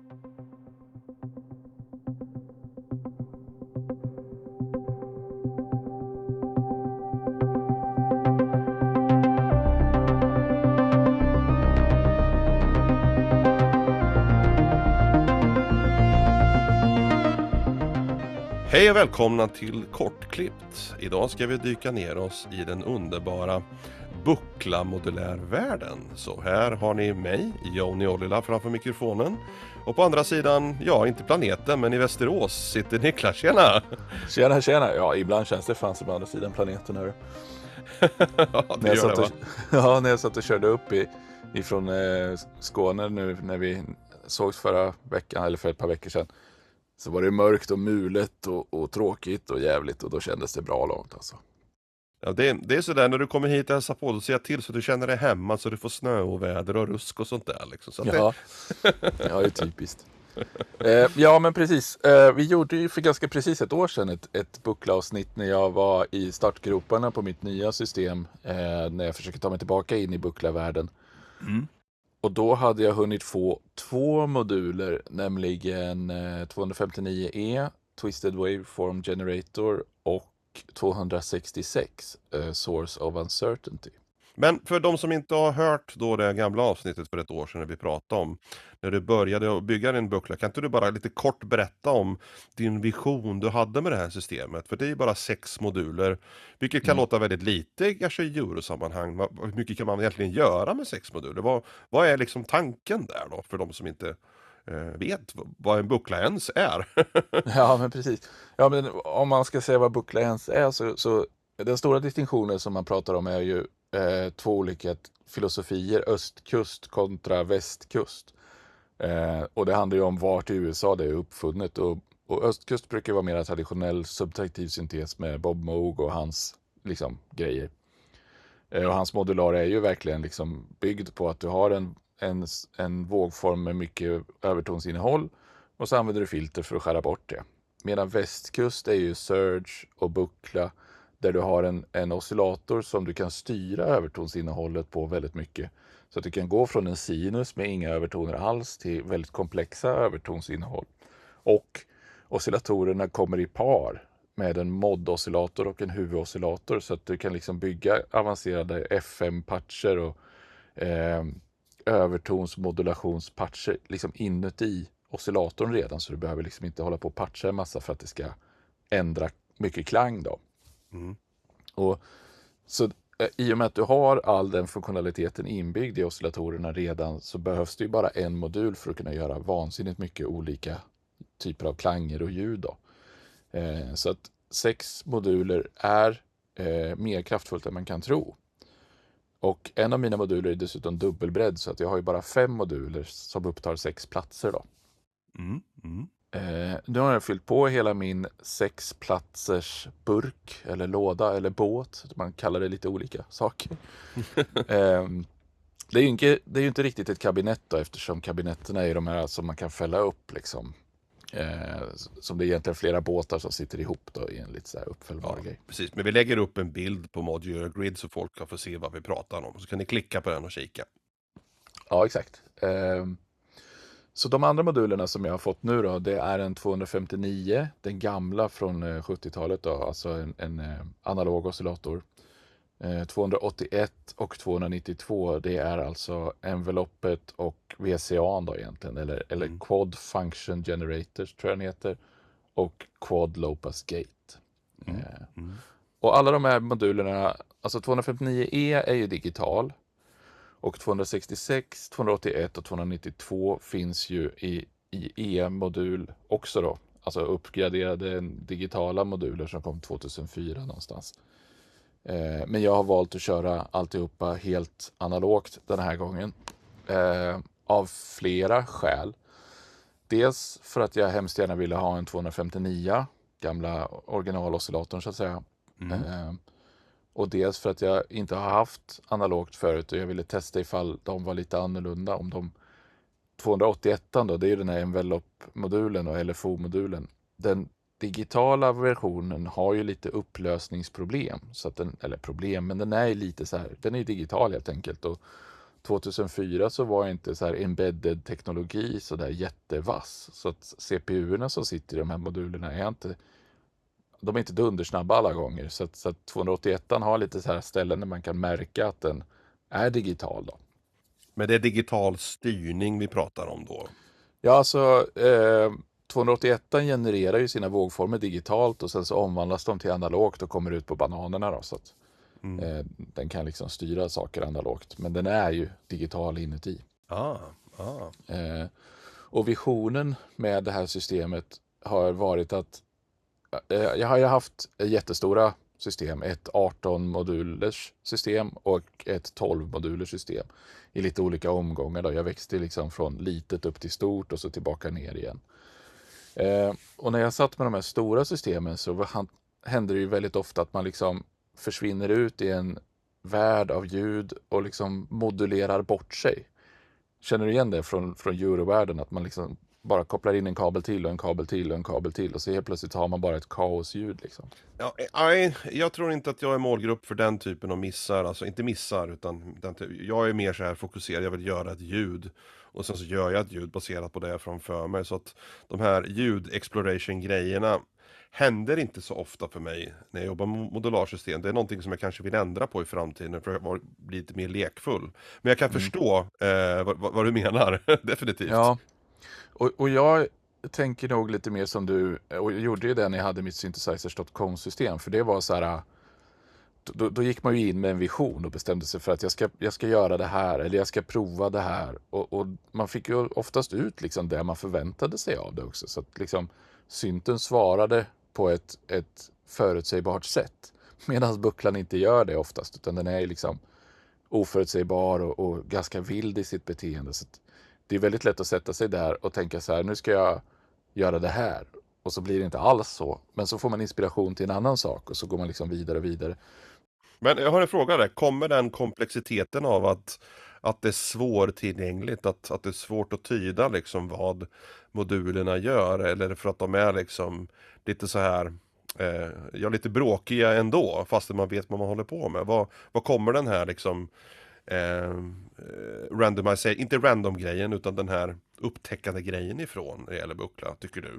Hej och välkomna till Kortklippt. Idag ska vi dyka ner oss i den underbara Buckla-modulärvärlden. Så här har ni mig, Joni Ollila, framför mikrofonen. Och på andra sidan, ja inte planeten, men i Västerås sitter Niklas. Tjena! Tjena, tjena. Ja, ibland känns det fan som på andra sidan planeten. Här. Ja, det gör det, va? Ja, när jag satt och körde upp ifrån Skåne nu när vi sågs förra veckan, eller för ett par veckor sedan. Så var det mörkt och mulet och tråkigt och jävligt, och då kändes det bra långt alltså. Ja, det är sådär när du kommer hit och hälsar på, då ser jag till så du känner dig hemma, så du får snö och väder och rusk och sånt där liksom. Så att Ja, det är ju typiskt. Ja, men precis. Vi gjorde ju för ganska precis ett år sedan ett Buckla-avsnitt när jag var i startgroparna på mitt nya system, när jag försöker ta mig tillbaka in i Buckla-världen. Mm. Och då hade jag hunnit få 2 moduler, nämligen 259E, Twisted Waveform Generator, och 266, Source of Uncertainty. Men för de som inte har hört då det gamla avsnittet för ett år sedan när vi pratade om när du började att bygga din buckla, kan inte du bara lite kort berätta om din vision du hade med det här systemet? För det är ju bara 6 moduler, vilket kan låta väldigt lite kanske i eurosammanhang. Hur mycket kan man egentligen göra med 6 moduler? Vad är liksom tanken där då för de som inte vet vad en buckla ens är? Ja, men precis. Ja, men om man ska säga vad Buckla ens är, så den stora distinktionen som man pratar om är ju 2 olika filosofier, östkust kontra västkust. Och det handlar ju om vart i USA det är uppfunnet. Och östkust brukar vara mer traditionell subtraktiv syntes med Bob Moog och hans liksom grejer. Och hans modular är ju verkligen liksom byggd på att du har en vågform med mycket övertonsinnehåll, och så använder du filter för att skära bort det. Medan västkust är ju Surge och Buckla, där du har en oscillator som du kan styra övertonsinnehållet på väldigt mycket. Så att du kan gå från en sinus med inga övertoner alls till väldigt komplexa övertonsinnehåll. Och oscillatorerna kommer i par med en mod-oscillator och en huvudoscillator, så att du kan liksom bygga avancerade FM-patcher och övertonsmodulationspatcher liksom inuti oscillatorn redan, så du behöver liksom inte hålla på och patcha en massa för att det ska ändra mycket klang då. Mm. Och så i och med att du har all den funktionaliteten inbyggd i oscillatorerna redan, så behövs det ju bara en modul för att kunna göra vansinnigt mycket olika typer av klanger och ljud då. Så att 6 moduler är mer kraftfullt än man kan tro. Och en av mina moduler är dessutom dubbelbredd, så att jag har ju bara 5 moduler som upptar 6 platser då. Nu har jag fyllt på hela min 6-platsers burk eller låda eller båt. Man kallar det lite olika saker. Det är ju inte riktigt ett kabinett då, eftersom kabinetterna är de här som man kan fälla upp liksom. Som det är egentligen flera båtar som sitter ihop då i en lite så här uppfällbar grej. Precis, men vi lägger upp en bild på Modular Grid så folk kan få se vad vi pratar om. Så kan ni klicka på den och kika. Ja, exakt. Så de andra modulerna som jag har fått nu då, det är en 259, den gamla från 70-talet då, alltså en analog oscillator. 281 och 292, det är alltså enveloppet och VCA då egentligen, eller Quad Function Generators tror jag den heter, och Quad Low Pass Gate. Och alla de här modulerna, alltså 259E är ju digital, och 266, 281 och 292 finns ju i EM-modul också då. Alltså uppgraderade digitala moduler som kom 2004 någonstans. Men jag har valt att köra alltihopa helt analogt den här gången. Av flera skäl. Dels för att jag hemskt gärna ville ha en 259, gamla originaloscillatorn så att säga. Och dels för att jag inte har haft analogt förut och jag ville testa ifall de var lite annorlunda. Om de 281 då, det är ju den här envelope-modulen och LFO-modulen. Den digitala versionen har ju lite upplösningsproblem. Så att men den är lite så här, den är digital helt enkelt. Och 2004 så var inte så här embedded teknologi så där jättevass. Så att CPU-erna som sitter i de här modulerna de är inte dundersnabba alla gånger. Så att 281 har lite så här ställen där man kan märka att den är digital då. Men det är digital styrning vi pratar om då. Ja, alltså 281 genererar ju sina vågformer digitalt och sen så omvandlas de till analogt och kommer ut på bananerna då. Så att den kan liksom styra saker analogt. Men den är ju digital inuti. Och visionen med det här systemet har varit att jag har ju haft jättestora system, ett 18 modulers system och ett 12 modulers system i lite olika omgångar då. Jag växte liksom från litet upp till stort och så tillbaka ner igen. Och när jag satt med de här stora systemen så hände det ju väldigt ofta att man liksom försvinner ut i en värld av ljud och liksom modulerar bort sig. Känner du igen det från eurovärlden, att man liksom bara kopplar in en kabel till och en kabel till och en kabel till och så helt plötsligt har man bara ett kaosljud liksom. Ja, jag tror inte att jag är målgrupp för den typen av missar, alltså inte missar utan jag är mer så här fokuserad, jag vill göra ett ljud och sen så gör jag ett ljud baserat på det jag framför mig, så att de här ljud-exploration-grejerna händer inte så ofta för mig när jag jobbar med modularsystem. Det är någonting som jag kanske vill ändra på i framtiden för att bli lite mer lekfull. Men jag kan förstå vad du menar, definitivt. Ja, och jag tänker nog lite mer som du, och jag gjorde ju det när jag hade mitt synthesizers.com-system, för det var så här, då gick man ju in med en vision och bestämde sig för att jag ska göra det här, eller jag ska prova det här, och man fick ju oftast ut liksom det man förväntade sig av det också, så att liksom synten svarade på ett förutsägbart sätt, medan bucklan inte gör det oftast, utan den är liksom oförutsägbar och ganska vild i sitt beteende. Så det är väldigt lätt att sätta sig där och tänka så här, nu ska jag göra det här. Och så blir det inte alls så. Men så får man inspiration till en annan sak och så går man liksom vidare och vidare. Men jag har en fråga där, kommer den komplexiteten av att det är svårtillgängligt, att det är svårt att tyda liksom vad modulerna gör, eller för att de är liksom lite så här lite bråkiga ändå, fast man vet vad man håller på med. Vad kommer den här liksom inte random-grejen utan den här upptäckande grejen ifrån när det gäller buckla, tycker du?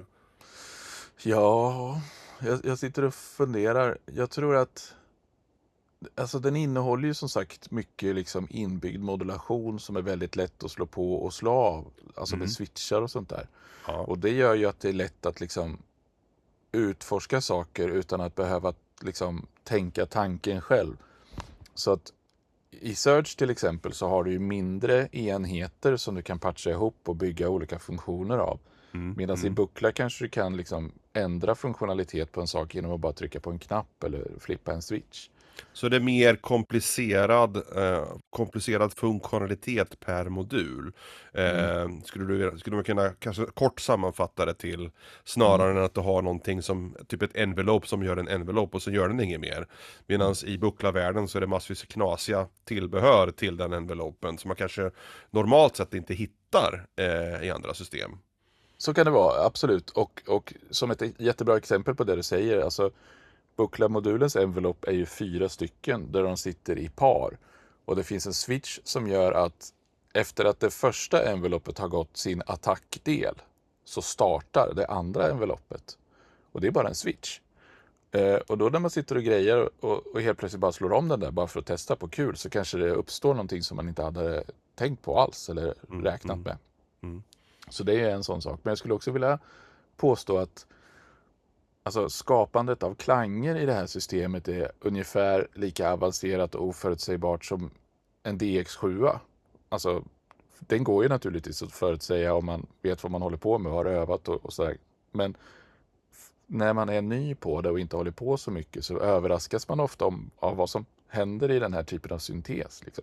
Ja, jag sitter och funderar. Jag tror att alltså den innehåller ju som sagt mycket liksom inbyggd modulation som är väldigt lätt att slå på och slå av. Alltså med switchar och sånt där. Ja. Och det gör ju att det är lätt att liksom utforska saker utan att behöva liksom tänka tanken själv. Så att i Surge till exempel så har du ju mindre enheter som du kan patcha ihop och bygga olika funktioner av. Medan i buckla kanske du kan liksom ändra funktionalitet på en sak genom att bara trycka på en knapp eller flippa en switch. Så det är mer komplicerad funktionalitet per modul. Skulle man kunna kanske kort sammanfatta det till, snarare än att du har någonting som typ ett envelope som gör en envelope och så gör den inget mer. Medan i bucklavärlden så är det massvis knasiga tillbehör till den envelopen som man kanske normalt sett inte hittar i andra system. Så kan det vara, absolut. Och som ett jättebra exempel på det du säger, alltså bucklamodulens envelope är ju 4 stycken där de sitter i par. Och det finns en switch som gör att efter att det första envelopet har gått sin attackdel så startar det andra envelopet. Och det är bara en switch. Och då när man sitter och grejer och helt plötsligt bara slår om den där bara för att testa på kul, så kanske det uppstår någonting som man inte hade tänkt på alls eller räknat med. Så det är en sån sak. Men jag skulle också vilja påstå att alltså, skapandet av klanger i det här systemet är ungefär lika avancerat och oförutsägbart som en DX7. Alltså, den går ju naturligtvis att förutsäga om man vet vad man håller på med och har övat och sådär. Men när man är ny på det och inte håller på så mycket så överraskas man ofta av vad som händer i den här typen av syntes. Liksom.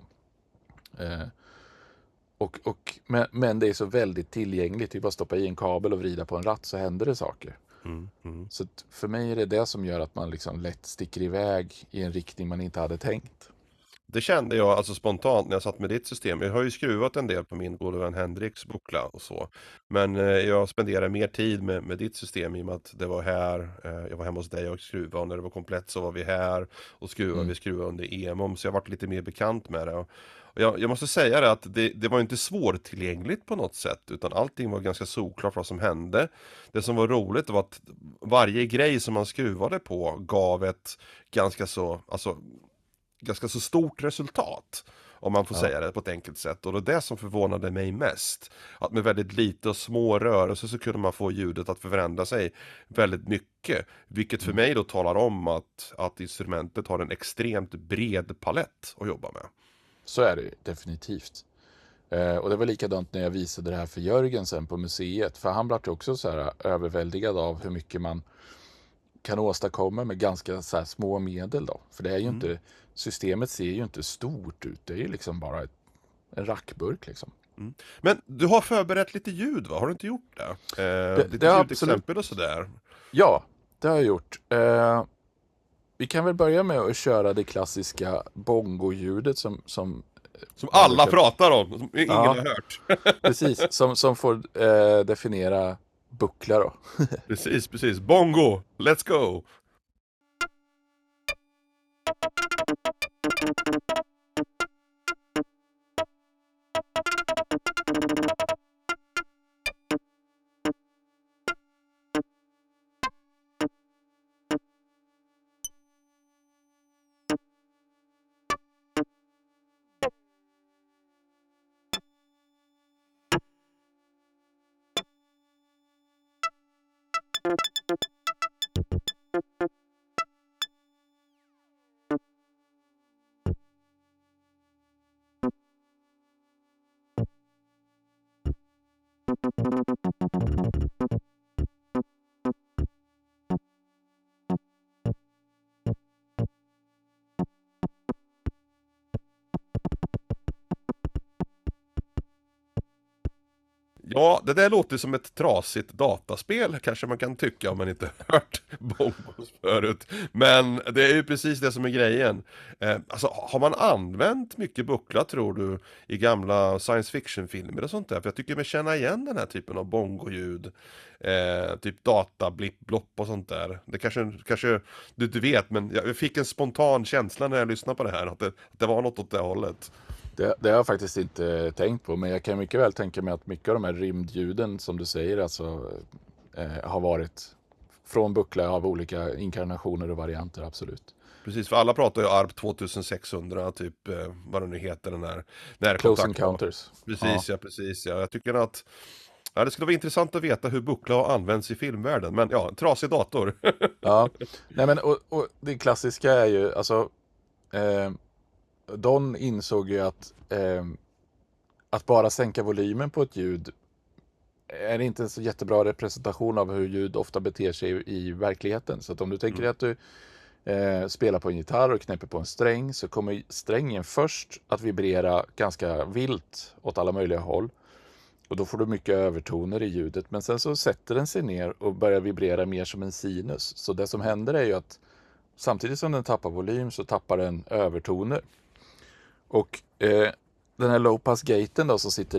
Men det är så väldigt tillgängligt. Det är bara att stoppa i en kabel och vrida på en ratt så händer det saker. Så för mig är det som gör att man liksom lätt sticker iväg i en riktning man inte hade tänkt. Det kände jag alltså spontant när jag satt med ditt system. Jag har ju skruvat en del på min gode vän Henriks buckla och så. Men jag spenderar mer tid med ditt system i och med att det var här. Jag var hemma hos dig och skruvade, och när det var komplett så var vi här och skruvade. Vi skruvade under EMOM, så jag varit lite mer bekant med det. Och jag måste säga det att det var inte svårtillgängligt på något sätt, utan allting var ganska solklart vad som hände. Det som var roligt var att varje grej som man skruvade på gav ett ganska så, alltså, ganska så stort resultat. Om man får Ja. säga det på ett enkelt sätt. Och det är det som förvånade mig mest. Att med väldigt lite och små rörelser så kunde man få ljudet att förändra sig väldigt mycket. Vilket för Mm. mig då talar om att instrumentet har en extremt bred palett att jobba med. Så är det definitivt. Och det var likadant när jag visade det här för Jörgen sen på museet. För han blev också så här överväldigad av hur mycket man kan åstadkomma med ganska så här små medel då. För det är ju inte, systemet ser ju inte stort ut. Det är ju liksom bara en rackburk liksom. Men du har förberett lite ljud, va? Har du inte gjort det? Lite det har ljudexempel och sådär. Ja, det har jag gjort. Vi kan väl börja med att köra det klassiska bongo-ljudet som Alla pratar om, som ingen Ja. har hört. precis, som får definiera buckla då. Precis. Bongo, let's go! Ja, det där låter som ett trasigt dataspel, kanske man kan tycka om man inte hört bongos förut. Men det är ju precis det som är grejen. Alltså, har man använt mycket buckla, tror du, i gamla science fiction-filmer och sånt där? För jag tycker mig känna igen den här typen av bongoljud. Typ datablipp, blopp och sånt där. Det kanske du inte vet, men jag fick en spontan känsla när jag lyssnade på det här, att det var något åt det hållet. Det har jag faktiskt inte tänkt på, men jag kan mycket väl tänka mig att mycket av de här rymdljuden som du säger alltså har varit från buckla av olika inkarnationer och varianter, absolut. Precis, för alla pratar ju ARP 2600, typ vad det nu heter, den där Close närkontakt. Encounters. Precis, ja. Jag tycker att det skulle vara intressant att veta hur buckla har använts i filmvärlden. Men ja, en trasig dator. Ja, nej men och det klassiska är ju alltså Don insåg ju att bara sänka volymen på ett ljud är inte en så jättebra representation av hur ljud ofta beter sig i verkligheten. Så att om du tänker dig att du spelar på en gitarr och knäpper på en sträng, så kommer strängen först att vibrera ganska vilt åt alla möjliga håll. Och då får du mycket övertoner i ljudet. Men sen så sätter den sig ner och börjar vibrera mer som en sinus. Så det som händer är ju att samtidigt som den tappar volym så tappar den övertoner. Och den här low pass gaten då som sitter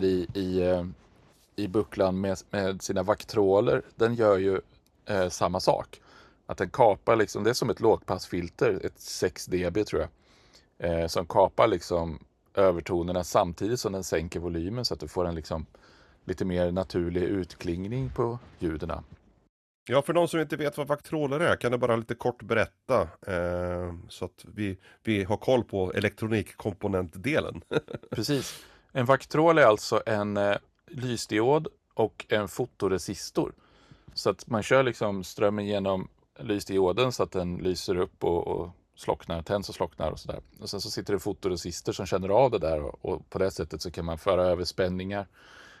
i bucklan med sina vaktroler, den gör ju samma sak. Att den kapar liksom, det är som ett lågpassfilter, ett 6 dB tror jag. Som kapar liksom övertonerna samtidigt som den sänker volymen så att du får en liksom lite mer naturlig utklingning på ljuden. Ja, för de som inte vet vad vaktroler är, kan du bara lite kort berätta, så att vi har koll på elektronikkomponentdelen. Precis. En vaktrol är alltså en lysdiod och en fotoresistor. Så att man kör liksom strömmen genom lysdioden så att den lyser upp och slocknar, tänds och slocknar och sådär. Och sen så sitter det fotoresistor som känner av det där och på det sättet så kan man föra över spänningar.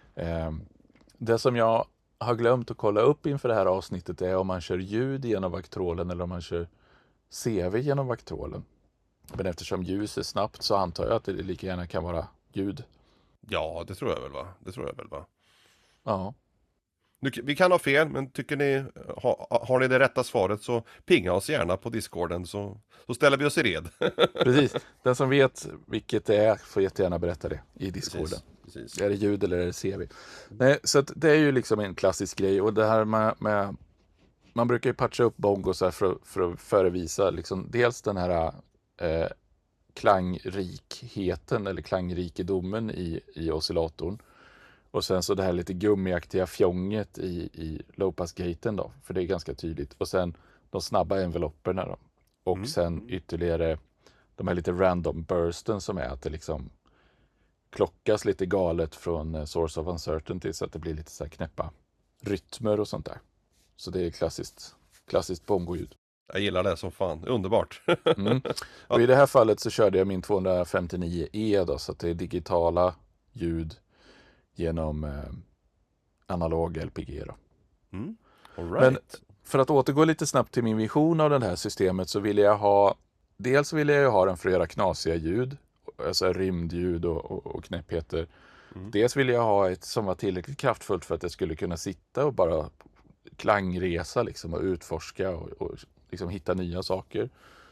Det som jag har glömt att kolla upp inför det här avsnittet är om man kör ljud genom vaktrolen eller om man kör CV genom vaktrolen. Men eftersom ljus är snabbt så antar jag att det lika gärna kan vara ljud. Ja, det tror jag väl va. Ja. Vi kan ha fel, men tycker ni, har ni det rätta svaret så pinga oss gärna på Discorden, så ställer vi oss i red. Precis. Den som vet vilket det är får jättegärna berätta det i Discorden. Precis. Är det ljud eller är det CV? Nej, så att det är ju liksom en klassisk grej. Och det här med man brukar ju patcha upp bongos här för att förevisa liksom dels den här klangrikheten eller klangrikedomen i oscillatorn. Och sen så det här lite gummiaktiga fjonget i low-pass-gaten då, för det är ganska tydligt. Och sen de snabba envelopperna då. Och sen ytterligare de här lite random bursten som är att det liksom klockas lite galet från source of uncertainty så att det blir lite så här knäppa rytmer och sånt där. Så det är klassiskt bongoljud. Jag gillar det som fan, underbart. Och i det här fallet så körde jag min 259E då, så att det är digitala ljud genom analog LPG då. All right. Men för att återgå lite snabbt till min vision av det här systemet så ville jag ha, dels ville jag ha den för att göra knasiga ljud, alltså rymdljud och knäppheter. Dels ville jag ha ett som var tillräckligt kraftfullt för att jag skulle kunna sitta och bara klangresa liksom och utforska och liksom hitta nya saker.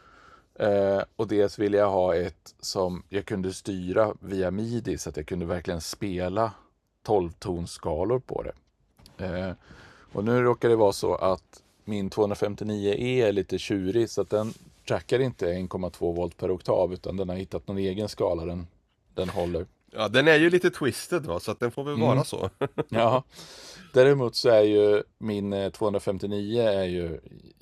Och dels ville jag ha ett som jag kunde styra via midi så att jag kunde verkligen spela 12-tonsskalor på det. Och nu råkar det vara så att min 259E är lite tjurig så att den trackar inte 1,2 volt per oktav utan den har hittat någon egen skala den håller. Ja, den är ju lite twisted va, så att den får väl vara så. Ja, däremot så är ju min 259 är ju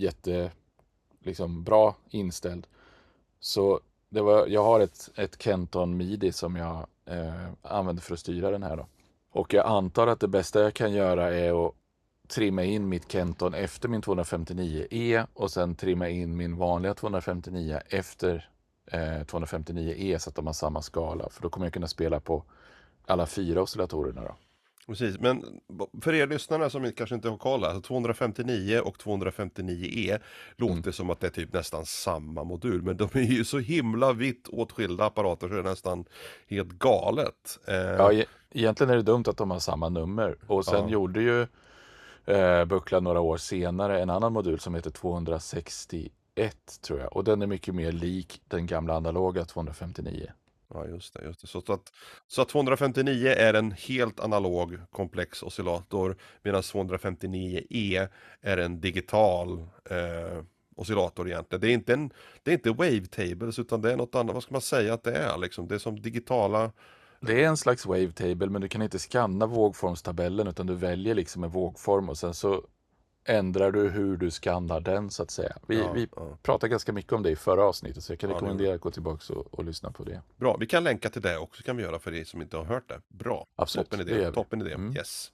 liksom bra inställd. Så jag har ett Kenton MIDI som jag använder för att styra den här då. Och jag antar att det bästa jag kan göra är att trimma in mitt Kenton efter min 259E och sen trimma in min vanliga 259 efter 259E så att de har samma skala. För då kommer jag kunna spela på alla 4 oscillatorerna då. Precis, men för er lyssnare som kanske inte har koll, alltså 259 och 259E låter som att det är typ nästan samma modul, men de är ju så himla vitt åtskilda apparater så det är nästan helt galet. Ja, egentligen är det dumt att de har samma nummer. Och sen gjorde ju Buckla några år senare en annan modul som heter 261 tror jag. Och den är mycket mer lik den gamla analoga 259. Ja, just det. Så att 259 är en helt analog komplex oscillator medan 259E är en digital oscillator egentligen. Det är inte wavetables utan det är något annat, vad ska man säga att det är liksom? Det är som digitala... Det är en slags wavetable men du kan inte skanna vågformstabellen utan du väljer liksom en vågform och sen så ändrar du hur du skannar den så att säga. Vi pratade ganska mycket om det i förra avsnittet så jag kan rekommendera att gå tillbaka och lyssna på det. Bra, vi kan länka till det också kan vi göra för er som inte har hört det. Bra, absolut, toppen idé. Yes.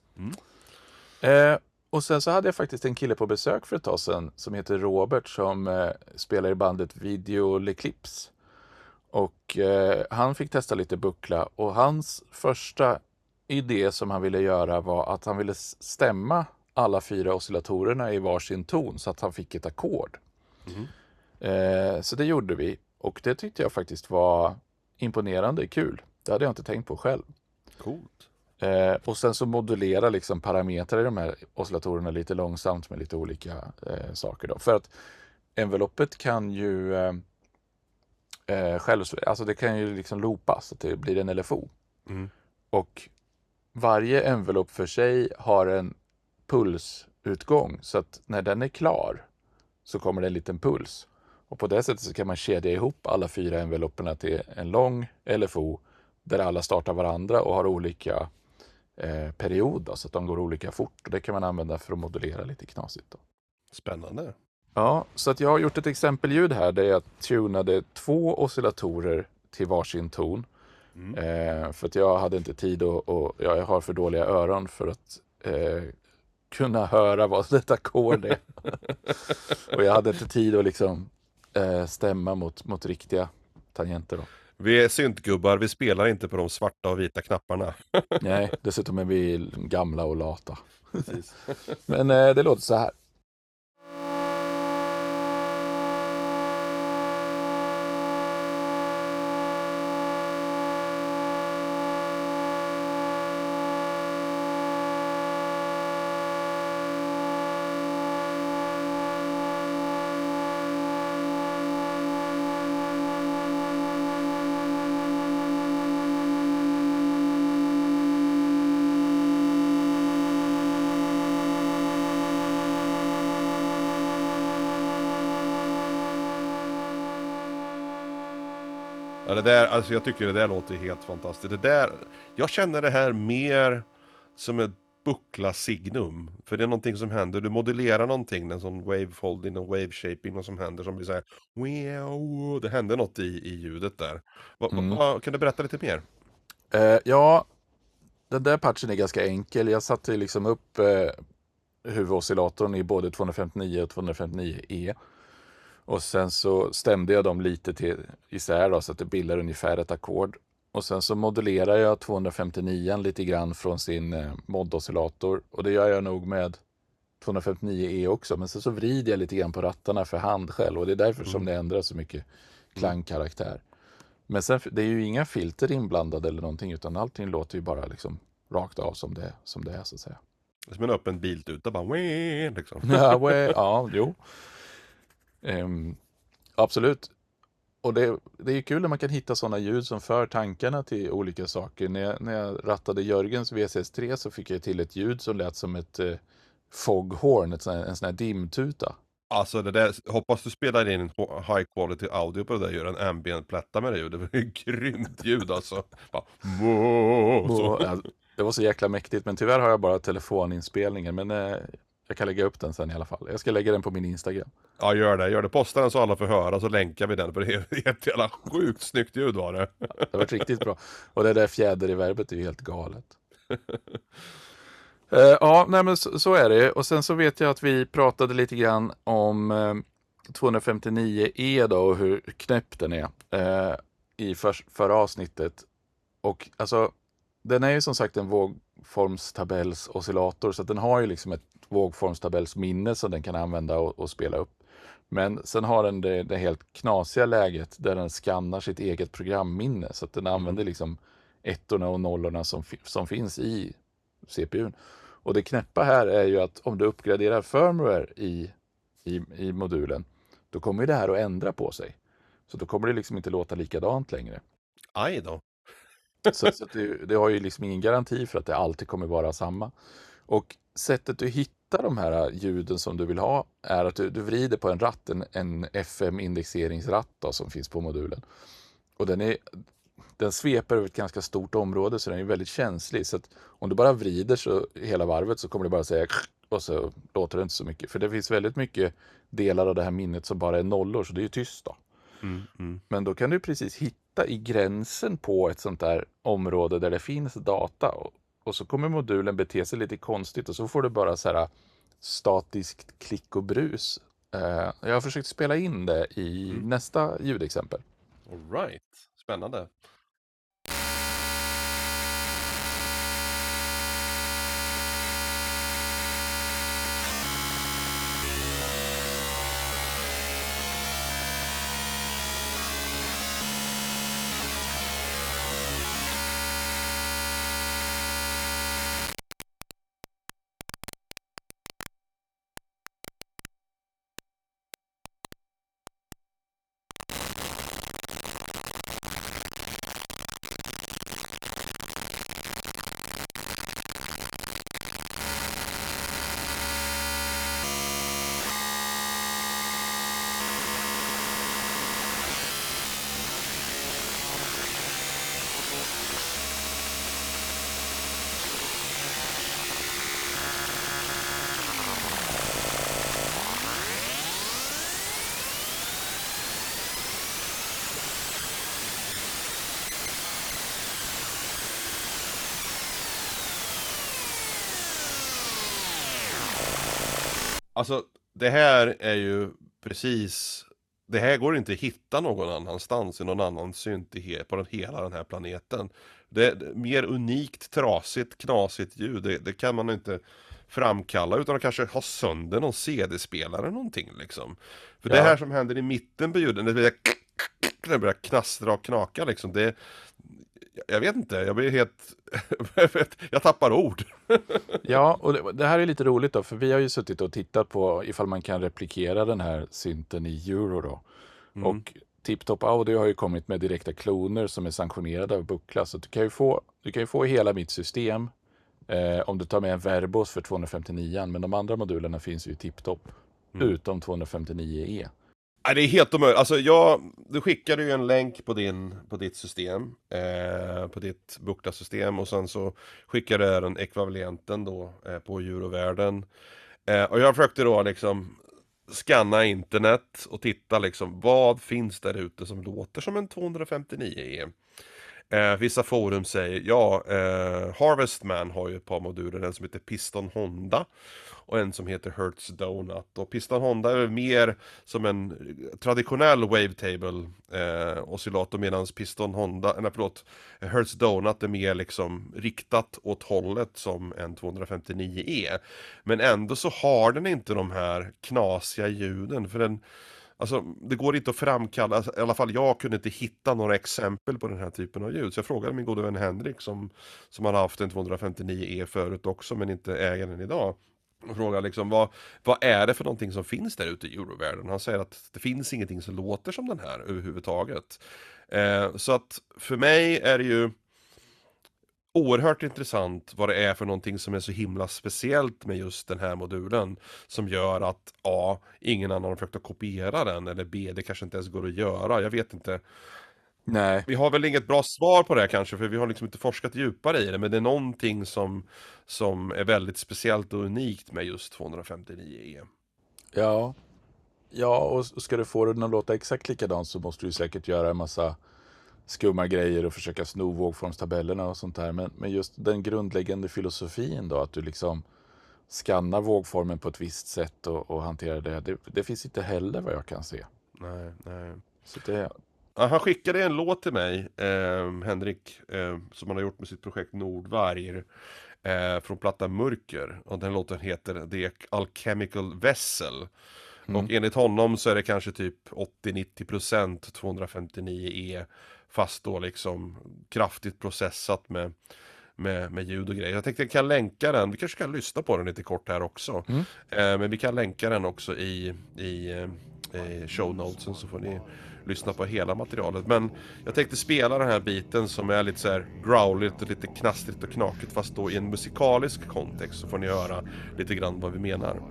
Och sen så hade jag faktiskt en kille på besök för ett tag sedan som heter Robert som spelar i bandet Video Eclipse. Och han fick testa lite buckla och hans första idé som han ville göra var att han ville stämma alla 4 oscillatorerna i varsin ton så att han fick ett ackord. Så det gjorde vi och det tyckte jag faktiskt var imponerande kul. Det hade jag inte tänkt på själv. Coolt. Och sen så modulera liksom parametrar i de här oscillatorerna lite långsamt med lite olika saker då. För att enveloppet kan ju alltså det kan ju liksom loopas så att det blir en LFO. Och varje envelopp för sig har en pulsutgång så att när den är klar så kommer det en liten puls. Och på det sättet så kan man kedja ihop alla 4 envelopperna till en lång LFO där alla startar varandra och har olika period då, så att de går olika fort. Och det kan man använda för att modulera lite knasigt då. Spännande. Ja, så att jag har gjort ett exempelljud här där jag tunade 2 oscillatorer till varsin ton. För att jag hade inte tid och jag har för dåliga öron för att kunna höra vad ett ackord är. Och jag hade inte tid att liksom stämma mot riktiga tangenter då. Vi är syntgubbar, vi spelar inte på de svarta och vita knapparna. Nej, dessutom är vi gamla och lata. Precis. Men det låter så här. Ja, det där, alltså jag tycker det där låter helt fantastiskt. Det där, jag känner det här mer som ett buckla signum. För det är någonting som händer, du modellerar någonting, en sån wavefolding och wave shaping och som händer som blir så här, wow, det händer något i ljudet där. Mm. Kan du berätta lite mer? Ja, den där patchen är ganska enkel. Jag satte liksom upp huvudoscillatorn i både 259 och 259E. Och sen så stämde jag dem lite till isär då, så att det bildar ungefär ett ackord. Och sen så modulerar jag 259 lite grann från sin mod-oscillator. Och det gör jag nog med 259E också. Men sen så vrider jag lite grann på rattarna för hand själv. Och det är därför som det ändrar så mycket klangkaraktär. Men sen, det är ju inga filter inblandade eller någonting, utan allting låter ju bara liksom rakt av som det är så att säga. Det är som en öppen biltuta, bara liksom. Ja, jo. Absolut. Och det är ju kul när man kan hitta sådana ljud som för tankarna till olika saker. När jag rattade Jörgens VCS3 så fick jag till ett ljud som lät som ett foghorn, en sån här dimtuta. Alltså det där, hoppas du spelar in high quality audio på det där, gör en ambient-plätta med det ljudet. Det var ett grymt ljud alltså. Bara, så. Det var så jäkla mäktigt, men tyvärr har jag bara telefoninspelningen. Men jag kan lägga upp den sen i alla fall. Jag ska lägga den på min Instagram. Ja, gör det. Posta den så alla får höra, så länkar vi den. För det är ett jävla sjukt snyggt ljud var det. Det har varit riktigt bra. Och det där fjäder i verbet är ju helt galet. Ja, nej men så är det. Och sen så vet jag att vi pratade lite grann om 259E då och hur knäpp den är i förra avsnittet. Och alltså, den är ju som sagt en vågformstabellsoscillator, så att den har ju liksom ett vågformstabellsminne som den kan använda och spela upp. Men sen har den det helt knasiga läget där den skannar sitt eget programminne, så att den använder liksom ettorna och nollorna som finns i CPUn. Och det knäppa här är ju att om du uppgraderar firmware i modulen, då kommer det här att ändra på sig. Så då kommer det liksom inte låta likadant längre. Aj då. Så det har ju liksom ingen garanti för att det alltid kommer vara samma. Och sättet du hittar de här ljuden som du vill ha är att du vrider på en ratt, en FM-indexeringsratt då, som finns på modulen. Och den sveper över ett ganska stort område, så den är väldigt känslig. Så att om du bara vrider så hela varvet så kommer det bara säga och så låter det inte så mycket. För det finns väldigt mycket delar av det här minnet som bara är nollor, så det är ju tyst då. Men då kan du precis hitta i gränsen på ett sånt där område där det finns data. Och så kommer modulen bete sig lite konstigt och så får du bara så här statiskt klick och brus. Jag har försökt spela in det i nästa ljudexempel. All right. Spännande. Alltså, det här är ju precis... Det här går inte att hitta någon annanstans i någon annan synt på hela den här planeten. Det är mer unikt, trasigt, knasigt ljud. Det kan man inte framkalla utan att kanske ha sönder någon CD-spelare någonting liksom. För det här som händer i mitten på ljuden, det börjar knastra och knaka liksom. Jag vet inte, jag blir helt... jag tappar ord. Ja, och det här är lite roligt då, för vi har ju suttit och tittat på ifall man kan replikera den här synten i euro då. Och TipTop Audio har ju kommit med direkta kloner som är sanktionerade av Buckla, så du kan ju få hela mitt system om du tar med en Verbos för 259, men de andra modulerna finns ju i TipTop utom 259E. Nej, det är helt omöjligt. Alltså du skickade ju en länk på ditt system, på ditt Buckla-system, och sen så skickade jag den ekvivalenten då på eurovärlden. Och jag försökte då liksom scanna internet och titta liksom vad finns där ute som låter som en 259E. Vissa forum säger, ja, Harvestman har ju ett par moduler, en som heter Piston Honda och en som heter Hertz Donut. Och Piston Honda är mer som en traditionell wavetable oscillator, medan Piston Honda, nej förlåt, Hertz Donut är mer liksom riktat åt hållet som en 259E. Men ändå så har den inte de här knasiga ljuden, för den, alltså, det går inte att framkalla, alltså, i alla fall jag kunde inte hitta några exempel på den här typen av ljud. Så jag frågade min gode vän Henrik som har haft en 259E förut också, men inte äger den idag. Och frågade liksom, vad är det för någonting som finns där ute i eurovärlden? Han säger att det finns ingenting som låter som den här överhuvudtaget. Så att för mig är det ju oerhört intressant vad det är för någonting som är så himla speciellt med just den här modulen, som gör att A, ingen annan har försökt att kopiera den, eller B, det kanske inte ens går att göra, jag vet inte. Nej. Vi har väl inget bra svar på det här kanske, för vi har liksom inte forskat djupare i det, men det är någonting som är väldigt speciellt och unikt med just 259E. Ja. Ja, och ska du få den att låta exakt likadant så måste du säkert göra en massa skumma grejer och försöka sno vågformstabellerna och sånt där. Men just den grundläggande filosofin då, att du liksom skannar vågformen på ett visst sätt och hanterar det finns inte heller vad jag kan se. Nej, nej. Så det, Ja, han skickade en låt till mig, Henrik, som han har gjort med sitt projekt Nordvarg, från plattan Mörker. Och den låten heter The Alchemical Vessel. Och enligt honom så är det kanske typ 80-90% 259E, fast då liksom kraftigt processat med ljud och grejer. Jag tänkte jag kan länka den, vi kanske kan lyssna på den lite kort här också. Men vi kan länka den också i show notesen, så får ni lyssna på hela materialet. Men jag tänkte spela den här biten som är lite så här growligt och lite knastrigt och knakigt, fast då i en musikalisk kontext, så får ni höra lite grann vad vi menar.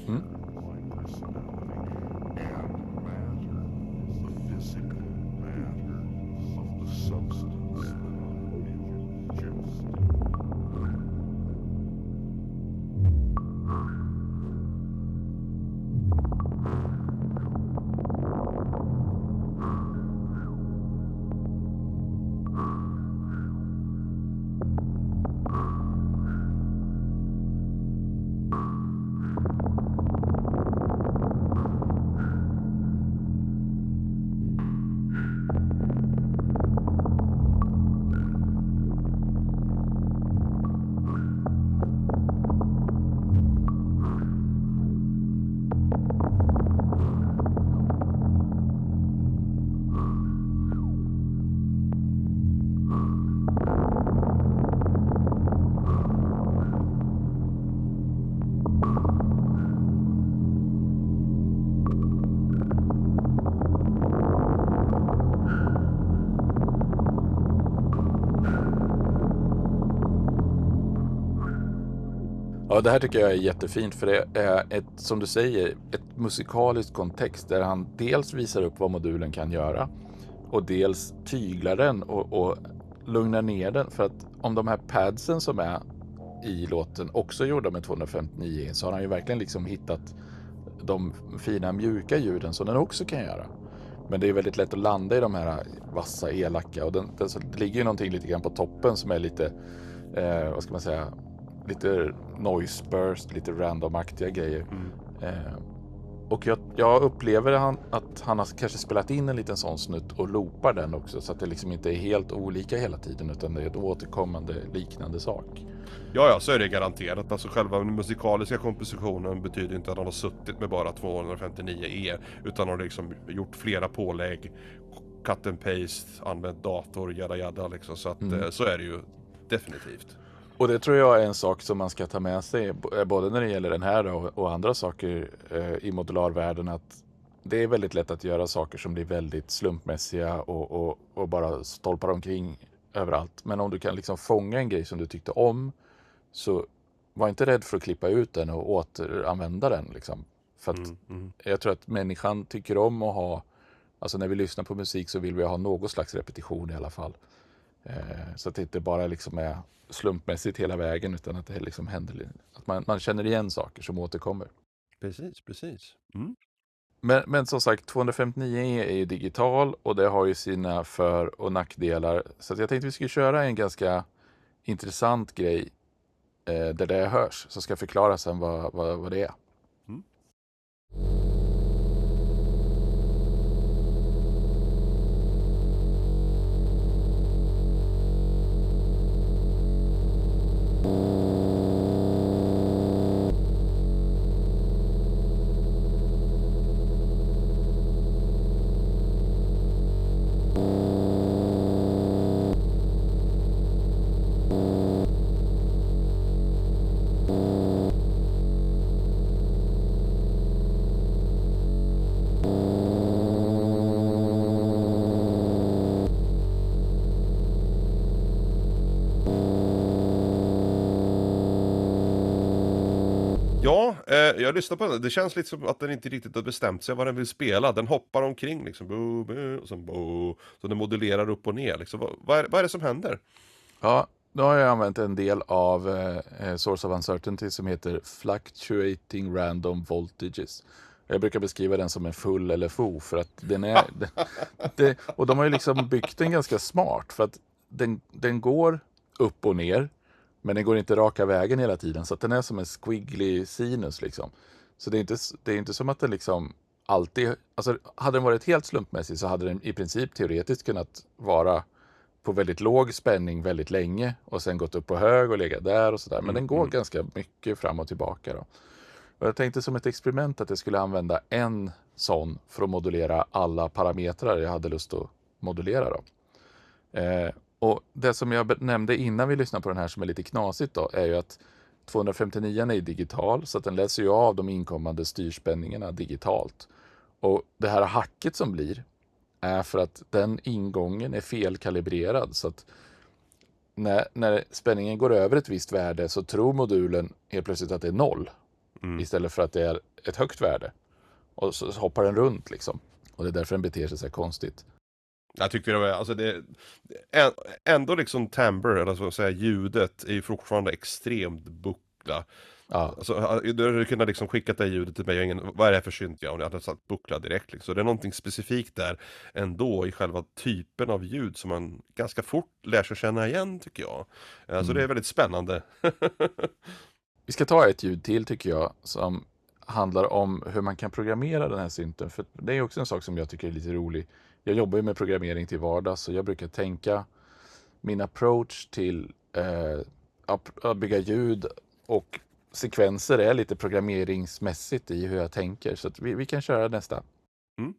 Ja, det här tycker jag är jättefint, för det är ett, som du säger, ett musikaliskt kontext där han dels visar upp vad modulen kan göra och dels tyglar den och lugnar ner den. För att om de här padsen som är i låten också är gjorda med 259 så har han ju verkligen liksom hittat de fina mjuka ljuden som den också kan göra. Men det är väldigt lätt att landa i de här vassa, elaka, och det ligger ju någonting lite grann på toppen som är lite, vad ska man säga, lite noise burst, lite randomaktiga grejer. Och jag upplever att han har kanske spelat in en liten sån snutt och loopar den också, så att det liksom inte är helt olika hela tiden, utan det är ett återkommande liknande sak. Ja, så är det garanterat. Alltså själva den musikaliska kompositionen betyder inte att han har suttit med bara 259E, utan har liksom gjort flera pålägg, cut and paste, använt dator, jada liksom. Så att så är det ju definitivt. Och det tror jag är en sak som man ska ta med sig, både när det gäller den här och andra saker i modularvärlden, att det är väldigt lätt att göra saker som blir väldigt slumpmässiga och bara stolpar omkring överallt. Men om du kan liksom fånga en grej som du tyckte om, så var inte rädd för att klippa ut den och återanvända den liksom. För att jag tror att människan tycker om att ha, alltså när vi lyssnar på musik så vill vi ha någon slags repetition i alla fall. Så att det inte bara liksom är slumpmässigt hela vägen, utan att det liksom händer, att man känner igen saker som återkommer. Precis. Men som sagt, 259 är ju digital och det har ju sina för- och nackdelar. Så att jag tänkte vi skulle köra en ganska intressant grej där det hörs. Så ska jag förklara sen vad det är. Mm. Ja, jag lyssnar på den. Det känns lite som att den inte riktigt har bestämt sig vad den vill spela. Den hoppar omkring liksom, bo, bo, och sen bo, så den modulerar upp och ner. Liksom. Vad är det som händer? Ja, då har jag använt en del av Source of Uncertainty som heter Fluctuating Random Voltages. Jag brukar beskriva den som en full LFO för att den är... och de har ju liksom byggt den ganska smart för att den går upp och ner, men den går inte raka vägen hela tiden. Så att den är som en squiggly sinus liksom. Så det är inte som att den liksom alltid... Alltså hade den varit helt slumpmässig så hade den i princip teoretiskt kunnat vara på väldigt låg spänning väldigt länge och sen gått upp på hög och legat där och sådär. Men den går ganska mycket fram och tillbaka då. Och jag tänkte som ett experiment att jag skulle använda en sån för att modulera alla parametrar jag hade lust att modulera då. Och det som jag nämnde innan vi lyssnade på den här som är lite knasigt då är ju att 259 är digital så att den läser ju av de inkommande styrspänningarna digitalt. Och det här hacket som blir är för att den ingången är felkalibrerad så att när spänningen går över ett visst värde så tror modulen helt plötsligt att det är 0 istället för att det är ett högt värde. Och så hoppar den runt liksom. Och det är därför den beter sig så här konstigt. Jag tyckte det var, alltså ändå liksom timbre, eller så att säga ljudet, är ju fortfarande extremt buckla. Ja. Alltså, du hade kunnat liksom skickat det ljudet till mig, vad är det för synt jag? Och jag hade sagt buckla direkt liksom. Så det är någonting specifikt där ändå i själva typen av ljud som man ganska fort lär sig känna igen tycker jag. Så det är väldigt spännande. Vi ska ta ett ljud till tycker jag som handlar om hur man kan programmera den här synten. För det är också en sak som jag tycker är lite rolig. Jag jobbar ju med programmering till vardags så jag brukar tänka min approach till att bygga ljud och sekvenser är lite programmeringsmässigt i hur jag tänker. Så att vi kan köra nästa. Mm.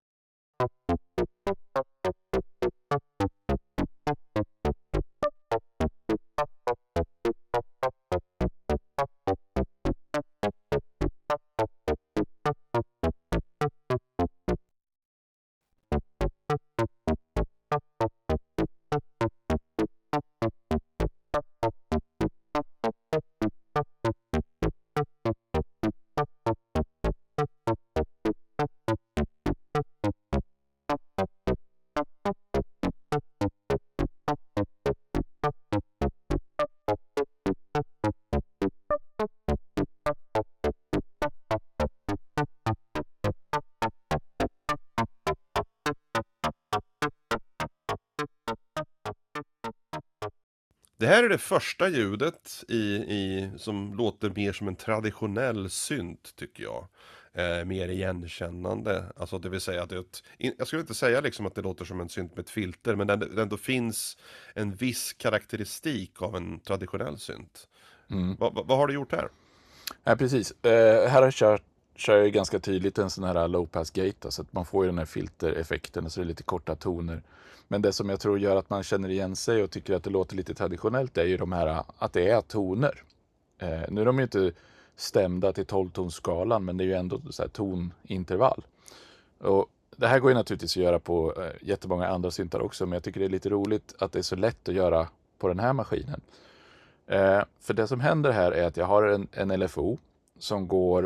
Det här är det första ljudet som låter mer som en traditionell synt tycker jag. Mer igenkännande. Alltså det vill säga att jag skulle inte säga liksom att det låter som en synt med ett filter, men det ändå finns en viss karaktäristik av en traditionell synt. Vad har du gjort här? Ja, precis. Här kör jag ganska tydligt en sån här low pass gate så att man får ju den här filtereffekten och så är det lite korta toner. Men det som jag tror gör att man känner igen sig och tycker att det låter lite traditionellt är ju de här att det är toner. Nu är de ju inte stämda till 12-tonsskalan men det är ju ändå så här tonintervall. Och det här går ju naturligtvis att göra på jättemånga andra syntar också, men jag tycker det är lite roligt att det är så lätt att göra på den här maskinen. För det som händer här är att jag har en LFO som går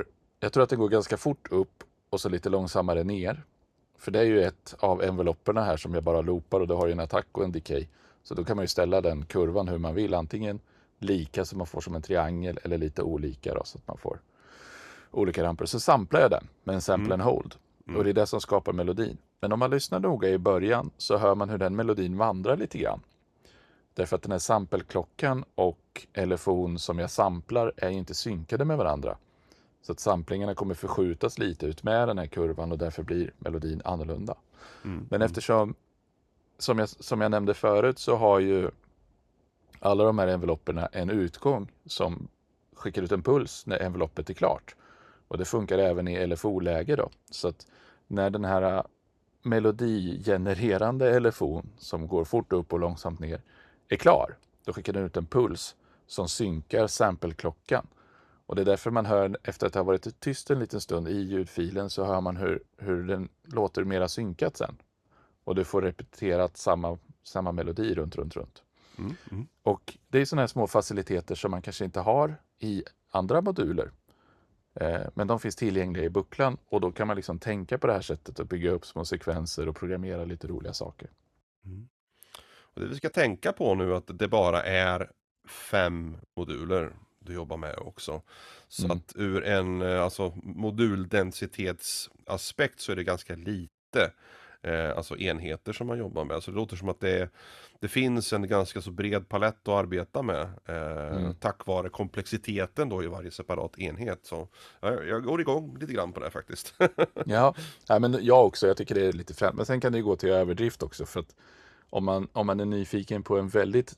jag tror att det går ganska fort upp och så lite långsammare ner. För det är ju ett av envelopperna här som jag bara loopar och det har ju en attack och en decay. Så då kan man ju ställa den kurvan hur man vill. Antingen lika så man får som en triangel eller lite olika då, så att man får olika ramper. Så samplar jag den med en sample and hold. Och det är det som skapar melodin. Men om man lyssnar noga i början så hör man hur den melodin vandrar lite grann. Därför att den här sampelklockan och LFO:n som jag samplar är inte synkade med varandra. Så att samplingarna kommer förskjutas lite ut med den här kurvan och därför blir melodin annorlunda. Men eftersom, som jag nämnde förut, så har ju alla de här envelopperna en utgång som skickar ut en puls när enveloppet är klart. Och det funkar även i LFO-läge då. Så att när den här melodigenererande LFO:n som går fort upp och långsamt ner är klar, då skickar den ut en puls som synkar sampleklockan. Och det är därför man hör, efter att det har varit tyst en liten stund i ljudfilen, så hör man hur den låter mera synkat sen. Och du får repeterat samma melodi runt. Och det är sådana här små faciliteter som man kanske inte har i andra moduler. Men de finns tillgängliga i bucklan och då kan man liksom tänka på det här sättet och bygga upp små sekvenser och programmera lite roliga saker. Och det vi ska tänka på nu att det bara är 5 moduler du jobbar med också. Så att ur en alltså moduldensitetsaspekt så är det ganska lite alltså enheter som man jobbar med. Så det låter som att det finns en ganska så bred palett att arbeta med tack vare komplexiteten då i varje separat enhet. Så jag går igång lite grann på det här faktiskt. Ja, men jag också. Jag tycker det är lite främt. Men sen kan det ju gå till överdrift också. För att om man är nyfiken på en väldigt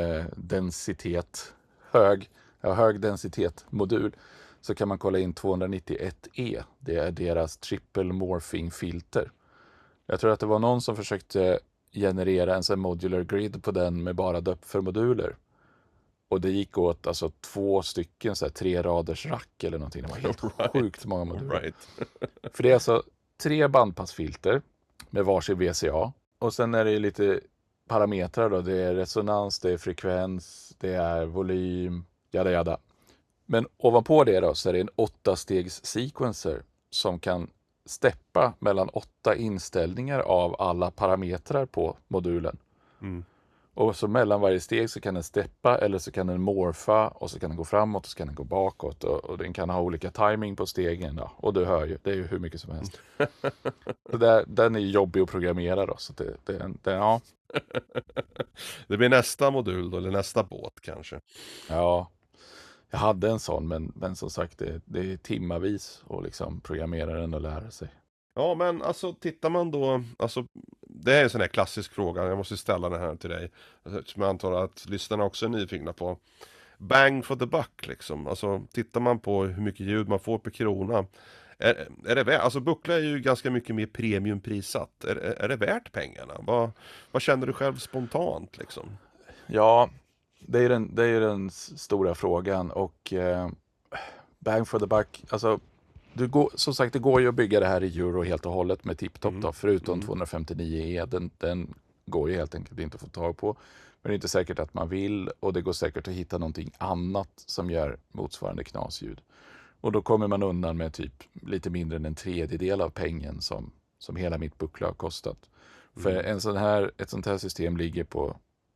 hög densitet modul, så kan man kolla in 291E. Det är deras triple morphing filter. Jag tror att det var någon som försökte generera en sån modular grid på den med bara döp för moduler. Och det gick åt alltså 2 stycken så här 3 raders rack eller någonting. Det var helt sjukt många moduler. För det är alltså 3 bandpassfilter med varsin VCA. Och sen är det lite parametrar då. Det är resonans, det är frekvens, det är volym, jada. Men ovanpå det då så är det en 8-stegs sequencer som kan steppa mellan 8 inställningar av alla parametrar på modulen. Och så mellan varje steg så kan den steppa eller så kan den morfa och så kan den gå framåt och så kan den gå bakåt och den kan ha olika timing på stegen då. Och du hör ju, det är ju hur mycket som helst. Så den är jobbig att programmera då. Så ja. Det blir nästa modul då, eller nästa båt kanske. Ja, jag hade en sån men som sagt det är timmavis att liksom programmera den och lära sig. Ja, men alltså tittar man då, alltså det är en sån här klassisk fråga, jag måste ställa den här till dig, som jag antar att lyssnarna också är nyfikna på. Bang for the buck liksom, alltså tittar man på hur mycket ljud man får per krona, är det värt, alltså buckla är ju ganska mycket mer premiumprissatt, är det värt pengarna? Vad känner du själv spontant liksom? Ja, det är ju den stora frågan och bang for the buck, alltså som sagt, det går ju att bygga det här i euro helt och hållet med TipTop då, förutom 259E. Den går ju helt enkelt inte att få tag på. Men det är inte säkert att man vill och det går säkert att hitta någonting annat som gör motsvarande knasljud. Och då kommer man undan med typ lite mindre än en tredjedel av pengen som hela mitt buckla har kostat. För ett sånt här system ligger på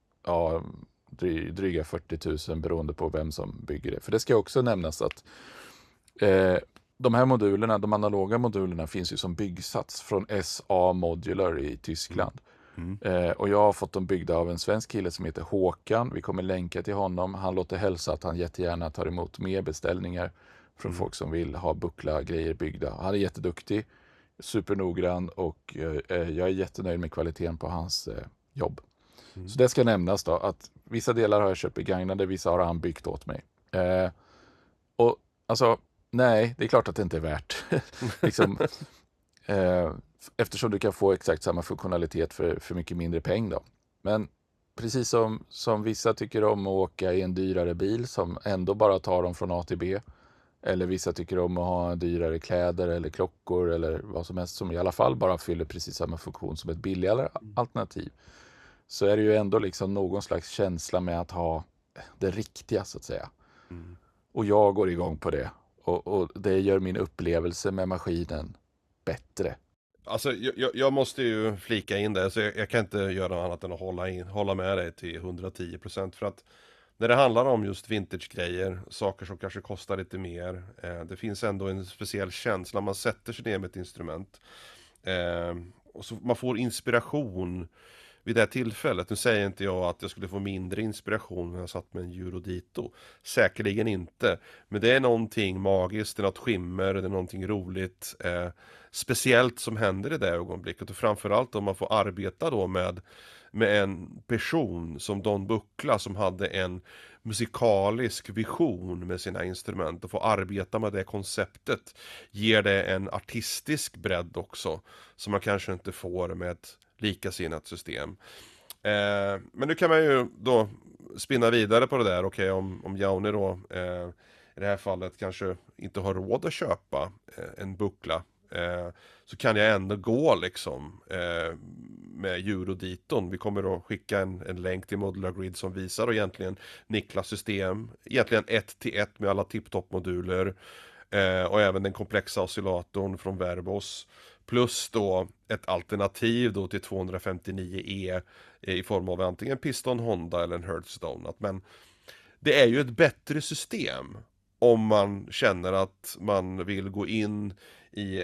dryga 40 000 beroende på vem som bygger det. För det ska också nämnas att de här modulerna, de analoga modulerna, finns ju som byggsats från SA Modular i Tyskland. Och jag har fått dem byggda av en svensk kille som heter Håkan. Vi kommer länka till honom. Han låter hälsa att han jättegärna tar emot mer beställningar från folk som vill ha buckla grejer byggda. Han är jätteduktig, supernoggrann och jag är jättenöjd med kvaliteten på hans jobb. Så det ska nämnas då att vissa delar har jag köpt begagnade, vissa har han byggt åt mig. Och alltså nej, det är klart att det inte är värt. liksom, eftersom du kan få exakt samma funktionalitet för mycket mindre peng då. Men precis som vissa tycker om att åka i en dyrare bil som ändå bara tar dem från A till B. Eller vissa tycker om att ha dyrare kläder eller klockor eller vad som helst som i alla fall bara fyller precis samma funktion som ett billigare alternativ. Så är det ju ändå liksom någon slags känsla med att ha det riktiga så att säga. Och jag går igång på det. Och det gör min upplevelse med maskinen bättre. Alltså jag måste ju flika in det, så jag kan inte göra annat än att hålla med dig till 110%. För att när det handlar om just vintage-grejer, saker som kanske kostar lite mer, det finns ändå en speciell känsla. Man sätter sig ner med ett instrument. Och så man får inspiration vid det tillfället. Nu säger inte jag att jag skulle få mindre inspiration när jag satt med en Eurodito. Säkerligen inte. Men det är någonting magiskt, det är något skimmer, det är någonting roligt. Speciellt som händer i det ögonblicket. Och framförallt om man får arbeta då med en person som Don Buchla, som hade en musikalisk vision med sina instrument, och få arbeta med det konceptet ger det en artistisk bredd också, som man kanske inte får med ett likasinnat system. Men nu kan man ju då spinna vidare på det där. Okej, om Jauni då i det här fallet kanske inte har råd att köpa en buckla, så kan jag ändå gå liksom med Euroditon. Vi kommer att skicka en länk till Modular Grid som visar egentligen Niklas system, egentligen 1-1 med alla tip-top-moduler, och även den komplexa oscillatorn från Verbos, plus då ett alternativ då till 259E i form av antingen Piston Honda eller en Hertz Donut. Men det är ju ett bättre system om man känner att man vill gå in i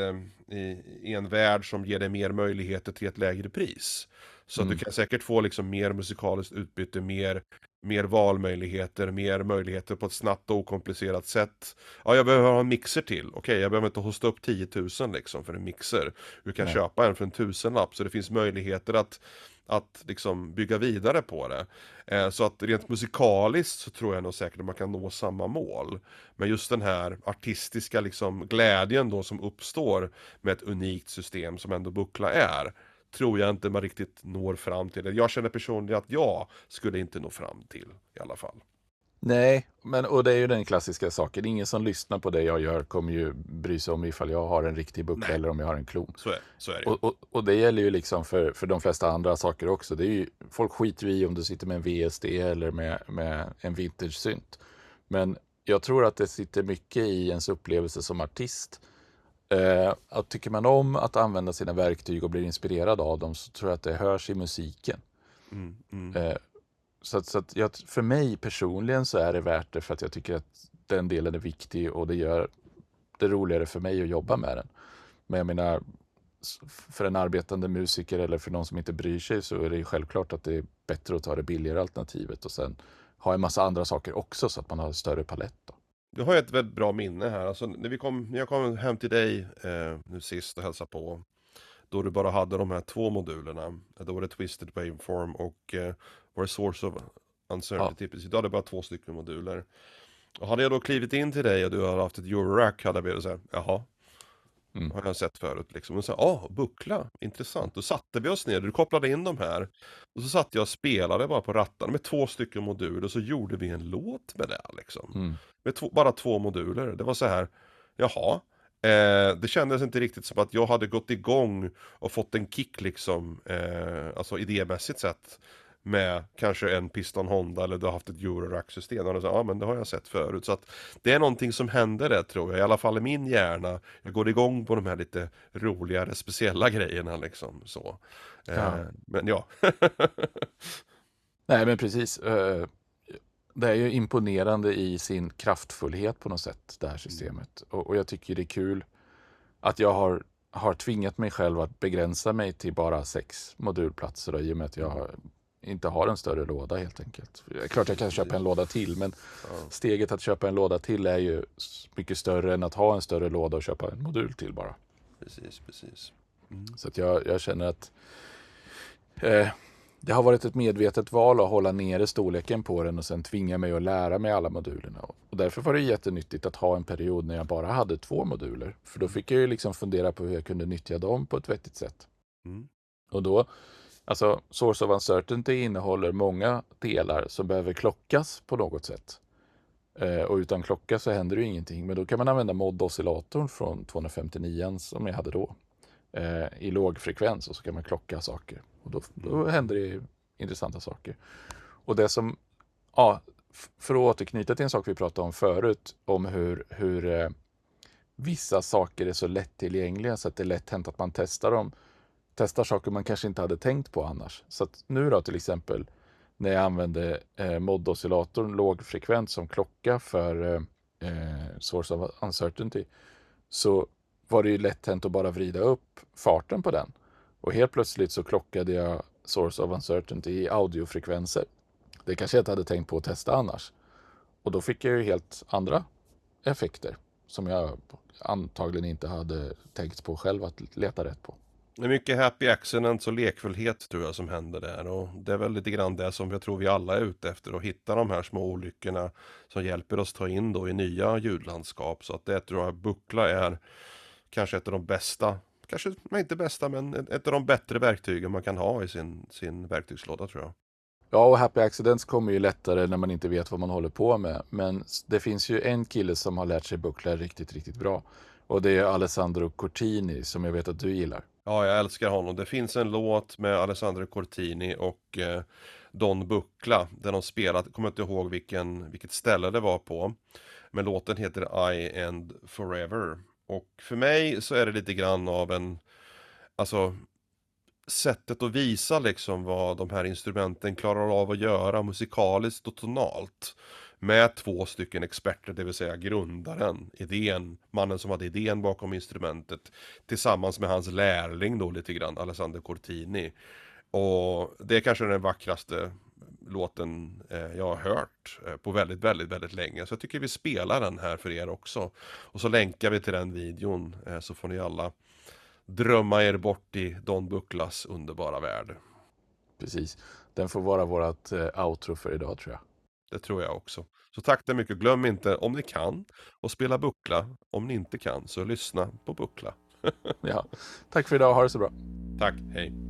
i en värld som ger dig mer möjligheter till ett lägre pris. Så att du kan säkert få liksom mer musikaliskt utbyte, mer valmöjligheter, mer möjligheter på ett snabbt och okomplicerat sätt. Ja, jag behöver ha en mixer till. Okej, jag behöver inte hosta upp 10 000 liksom för en mixer. Du kan köpa en för en 1000-lapp, så det finns möjligheter att liksom bygga vidare på det. Så att rent musikaliskt så tror jag nog säkert att man kan nå samma mål. Men just den här artistiska liksom glädjen då som uppstår med ett unikt system som ändå Buchla är, tror jag inte man riktigt når fram till. Jag känner personligen att jag skulle inte nå fram till i alla fall. Nej, och det är ju den klassiska saken. Ingen som lyssnar på det jag gör kommer ju bry sig om ifall jag har en riktig buckla eller om jag har en klon. Så är det. Och det gäller ju liksom för de flesta andra saker också. Det är ju, folk skiter ju i om du sitter med en VSD eller med en vintage-synt. Men jag tror att det sitter mycket i ens upplevelse som artist. Att tycker man om att använda sina verktyg och blir inspirerad av dem, så tror jag att det hörs i musiken. Så att för mig personligen så är det värt det, för att jag tycker att den delen är viktig och det gör det roligare för mig att jobba med den. Men jag menar, för en arbetande musiker eller för någon som inte bryr sig, så är det ju självklart att det är bättre att ta det billigare alternativet och sen ha en massa andra saker också, så att man har en större palett då. Du har ju ett väldigt bra minne här. Alltså, när jag kom hem till dig nu sist och hälsade på, då du bara hade de här 2 modulerna. Då var det Twisted Waveform och var det Source of Uncertainty. Då hade jag bara 2 stycken moduler. Och hade jag då klivit in till dig och du hade haft ett Eurorack, hade jag blivit så här, jaha, har jag sett förut liksom. Och så Buchla, intressant. Då satte vi oss ner, du kopplade in de här. Och så satt jag och spelade bara på rattarna med 2 stycken moduler, och så gjorde vi en låt med det liksom. Med bara 2 moduler. Det var så här, jaha. Det kändes inte riktigt som att jag hade gått igång och fått en kick liksom, alltså idémässigt sett, med kanske en Piston Honda eller du har haft ett Eurorack-system. Och så, men det har jag sett förut. Så att det är någonting som händer där, tror jag. I alla fall i min hjärna. Jag går igång på de här lite roligare, speciella grejerna liksom. Så. Men ja. Nej, men precis. Det är ju imponerande i sin kraftfullhet på något sätt, det här systemet. Och jag tycker det är kul att jag har tvingat mig själv att begränsa mig till bara 6 modulplatser då, i och med att jag inte har en större låda helt enkelt. Klart jag kan köpa en låda till, men steget att köpa en låda till är ju mycket större än att ha en större låda och köpa en modul till bara. Precis. Så att jag känner att det har varit ett medvetet val att hålla nere storleken på den och sen tvinga mig att lära mig alla modulerna. Och därför var det jättenyttigt att ha en period när jag bara hade 2 moduler. För då fick jag ju liksom fundera på hur jag kunde nyttja dem på ett vettigt sätt. Och då, alltså Source of Uncertainty innehåller många delar som behöver klockas på något sätt. Och utan klocka så händer det ju ingenting. Men då kan man använda mod-oscillatorn från 259 som jag hade då. I låg frekvens, och så kan man klocka saker. Och då händer det intressanta saker. Och det som, för att återknyta till en sak vi pratade om förut, om hur vissa saker är så lättillgängliga så att det är lätt hänt att man testar dem. Testar saker man kanske inte hade tänkt på annars. Så att nu då till exempel när jag använde mod-oscillatorn lågfrekvent som klocka för source of uncertainty, så var det ju lätt hänt att bara vrida upp farten på den. Och helt plötsligt så klockade jag source of uncertainty i audiofrekvenser. Det kanske jag inte hade tänkt på att testa annars. Och då fick jag ju helt andra effekter som jag antagligen inte hade tänkt på själv att leta rätt på. Det är mycket happy accidents och lekfullhet tror jag som händer där, och det är väl lite grann det som jag tror vi alla är ute efter, att hitta de här små olyckorna som hjälper oss ta in då i nya ljudlandskap. Så att det tror jag buckla är kanske ett av de bästa, kanske inte bästa, men ett av de bättre verktygen man kan ha i sin verktygslåda tror jag. Ja, och happy accidents kommer ju lättare när man inte vet vad man håller på med. Men det finns ju en kille som har lärt sig buckla riktigt, riktigt bra. Och det är Alessandro Cortini som jag vet att du gillar. Ja, jag älskar honom. Det finns en låt med Alessandro Cortini och Don Buckla där de spelat, jag kommer inte ihåg vilket ställe det var på. Men låten heter I and Forever. Och för mig så är det lite grann av alltså sättet att visa liksom vad de här instrumenten klarar av att göra musikaliskt och tonalt. Med två stycken experter, det vill säga grundaren, idén, mannen som hade idén bakom instrumentet, tillsammans med hans lärling då lite grann, Alessandro Cortini. Och det är kanske den vackraste låten jag har hört på väldigt, väldigt, väldigt länge. Så jag tycker vi spelar den här för er också. Och så länkar vi till den videon så får ni alla drömma er bort i Don Bucklas underbara värld. Precis. Den får vara vårt outro för idag tror jag. Det tror jag också. Så tack så mycket. Glöm inte, om ni kan, att spela buckla. Om ni inte kan, så lyssna på buckla. Ja. Tack för idag, ha det så bra. Tack, hej.